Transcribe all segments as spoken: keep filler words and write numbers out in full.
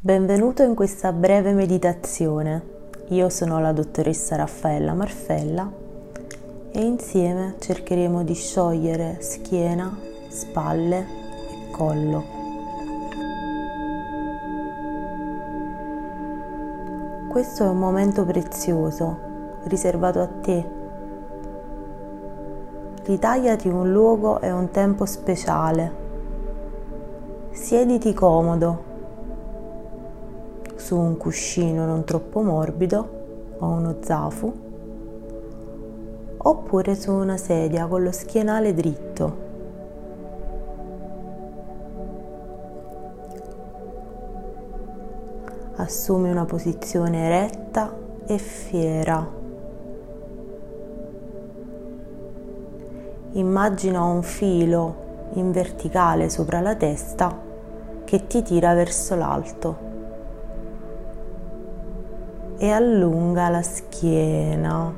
Benvenuto in questa breve meditazione. Io sono la dottoressa Raffaella Marfella e insieme cercheremo di sciogliere schiena, spalle e collo. Questo è un momento prezioso, riservato a te. Ritagliati un luogo e un tempo speciale. Siediti comodo su un cuscino non troppo morbido o uno zafu, oppure su una sedia con lo schienale dritto. Assumi una posizione eretta e fiera. Immagina un filo in verticale sopra la testa che ti tira verso l'alto e allunga la schiena.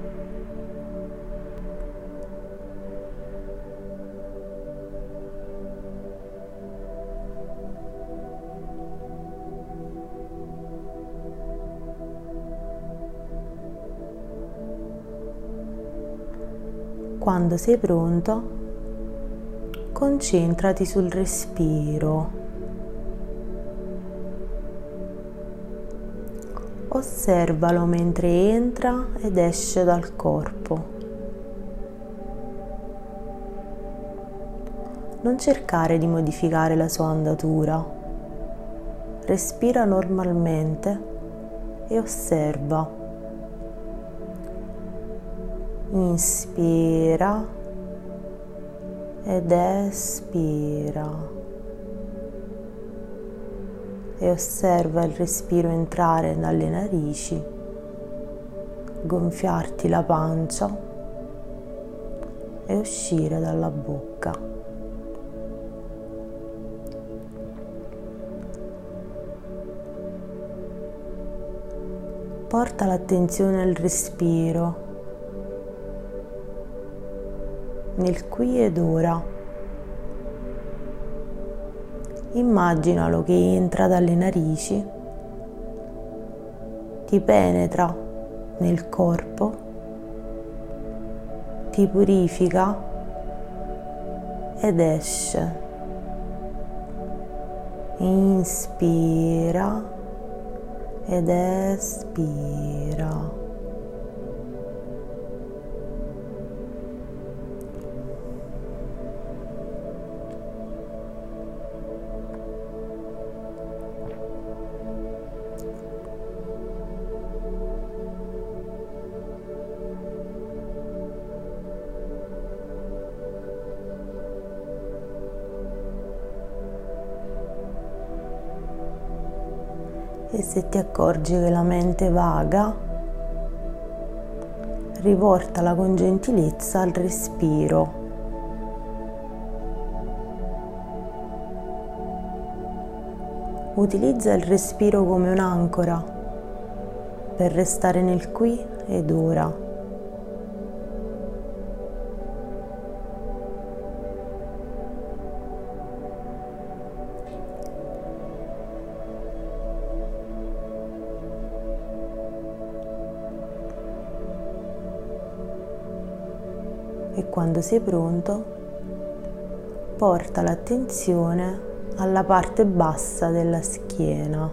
Quando sei pronto, concentrati sul respiro. Osservalo mentre entra ed esce dal corpo. Non cercare di modificare la sua andatura. Respira normalmente e osserva. Inspira ed espira. E osserva il respiro entrare dalle narici, gonfiarti la pancia e uscire dalla bocca. Porta l'attenzione al respiro, nel qui ed ora. Immaginalo che entra dalle narici, ti penetra nel corpo, ti purifica ed esce. Inspira ed espira. E se ti accorgi che la mente vaga, riportala con gentilezza al respiro. Utilizza il respiro come un'ancora per restare nel qui ed ora. E quando sei pronto, porta l'attenzione alla parte bassa della schiena.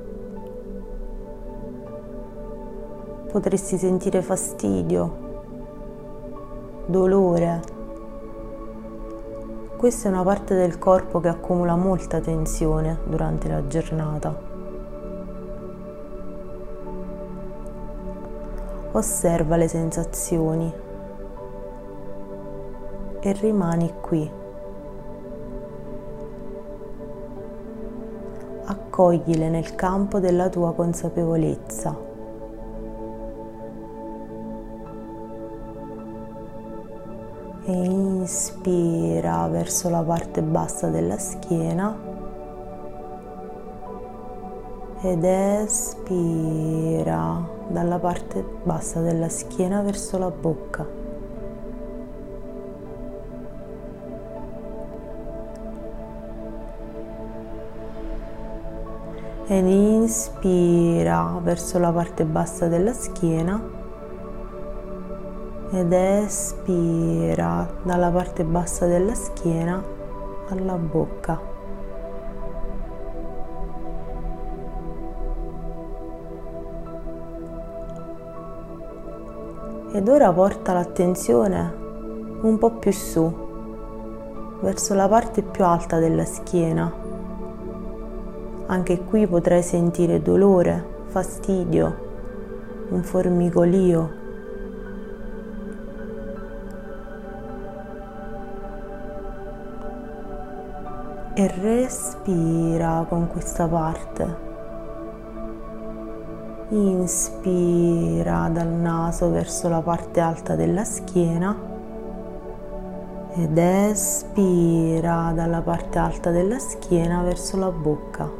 Potresti sentire fastidio, dolore. Questa è una parte del corpo che accumula molta tensione durante la giornata. Osserva le sensazioni e rimani qui. Accoglile nel campo della tua consapevolezza. E inspira verso la parte bassa della schiena ed espira dalla parte bassa della schiena verso la bocca. ed inspira verso la parte bassa della schiena ed espira dalla parte bassa della schiena alla bocca. Ed ora porta l'attenzione un po' più su, verso la parte più alta della schiena. Anche qui potrai sentire dolore, fastidio, un formicolio. E respira con questa parte. Inspira dal naso verso la parte alta della schiena ed espira dalla parte alta della schiena verso la bocca.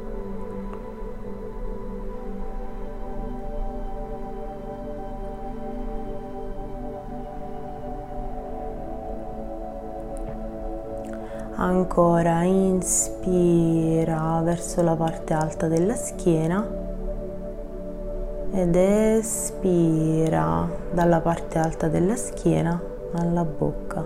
Ancora inspira verso la parte alta della schiena ed espira dalla parte alta della schiena alla bocca.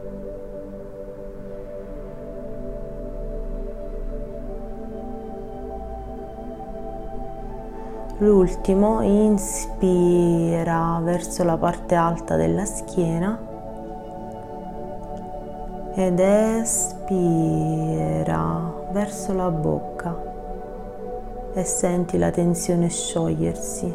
L'ultimo, inspira verso la parte alta della schiena ed espira verso la bocca. E senti la tensione sciogliersi.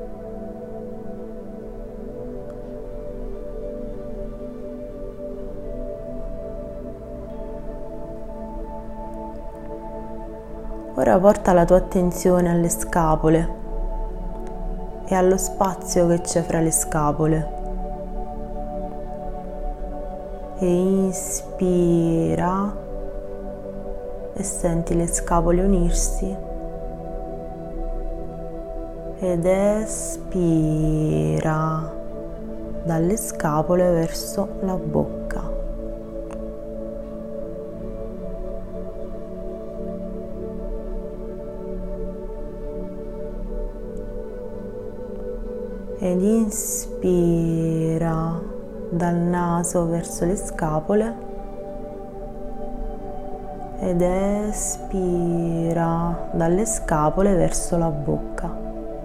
Ora porta la tua attenzione alle scapole e allo spazio che c'è fra le scapole. E inspira e senti le scapole unirsi. Ed espira dalle scapole verso la bocca. Ed inspira dal naso verso le scapole ed espira dalle scapole verso la bocca.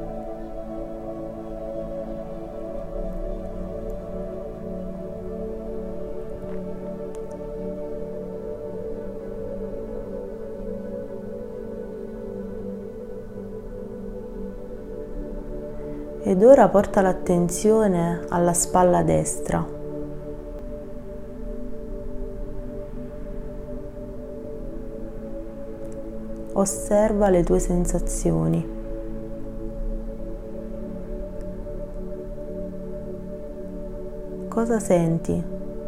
Ed ora porta l'attenzione alla spalla destra. Osserva le tue sensazioni. Cosa senti?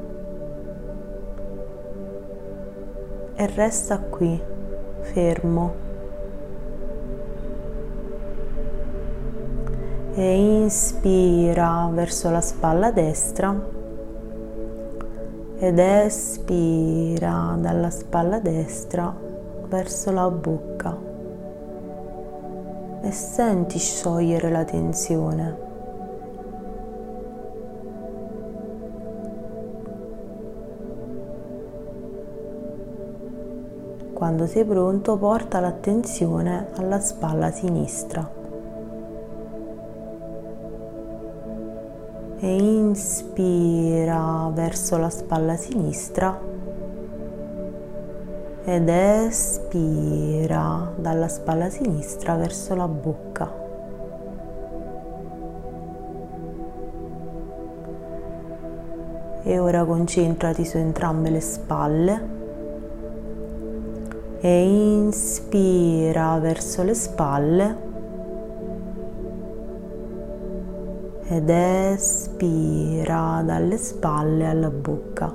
E resta qui, fermo. E inspira verso la spalla destra ed espira dalla spalla destra verso la bocca e senti sciogliere la tensione. Quando sei pronto, porta l'attenzione alla spalla sinistra. E inspira verso la spalla sinistra ed espira dalla spalla sinistra verso la bocca. E ora concentrati su entrambe le spalle e inspira verso le spalle ed espira dalle spalle alla bocca.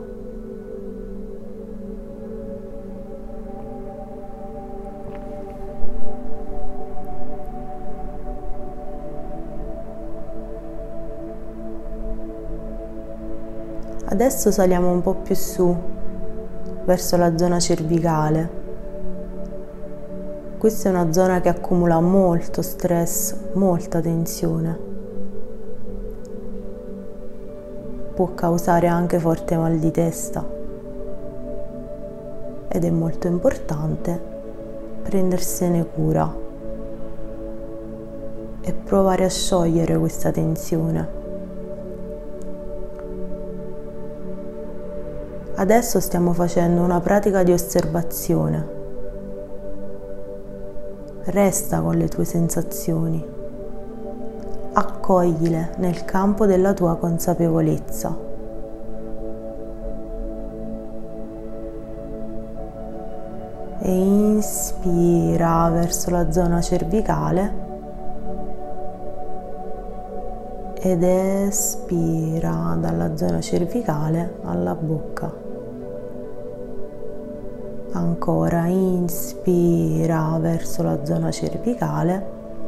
Adesso saliamo un po' più su, verso la zona cervicale. Questa è una zona che accumula molto stress, molta tensione. Può causare anche forte mal di testa ed è molto importante prendersene cura e provare a sciogliere questa tensione. Adesso stiamo facendo una pratica di osservazione. Resta con le tue sensazioni, accoglile nel campo della tua consapevolezza. E inspira verso la zona cervicale ed espira dalla zona cervicale alla bocca. Ancora inspira verso la zona cervicale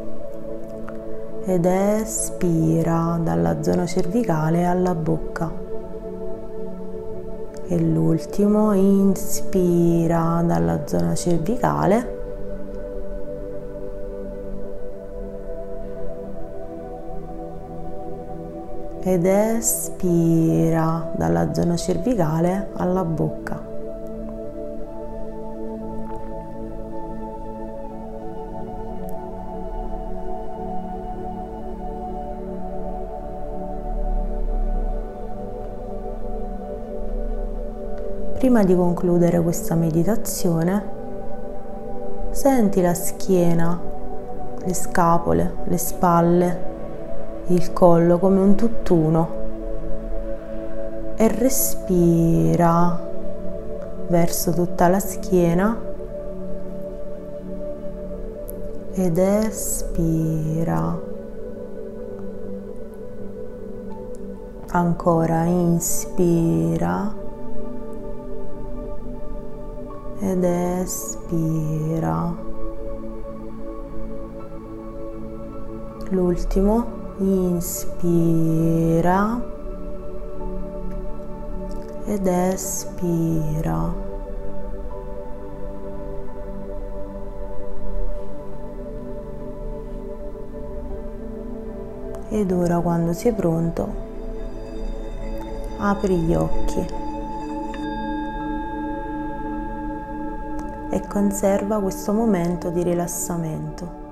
ed espira dalla zona cervicale alla bocca. E l'ultimo, inspira dalla zona cervicale ed espira dalla zona cervicale alla bocca. Prima di concludere questa meditazione, senti la schiena, le scapole, le spalle, il collo come un tutt'uno e respira verso tutta la schiena ed espira. Ancora inspira ed espira. L'ultimo, inspira ed espira. Ed ora, quando sei pronto, apri gli occhi e conserva questo momento di rilassamento.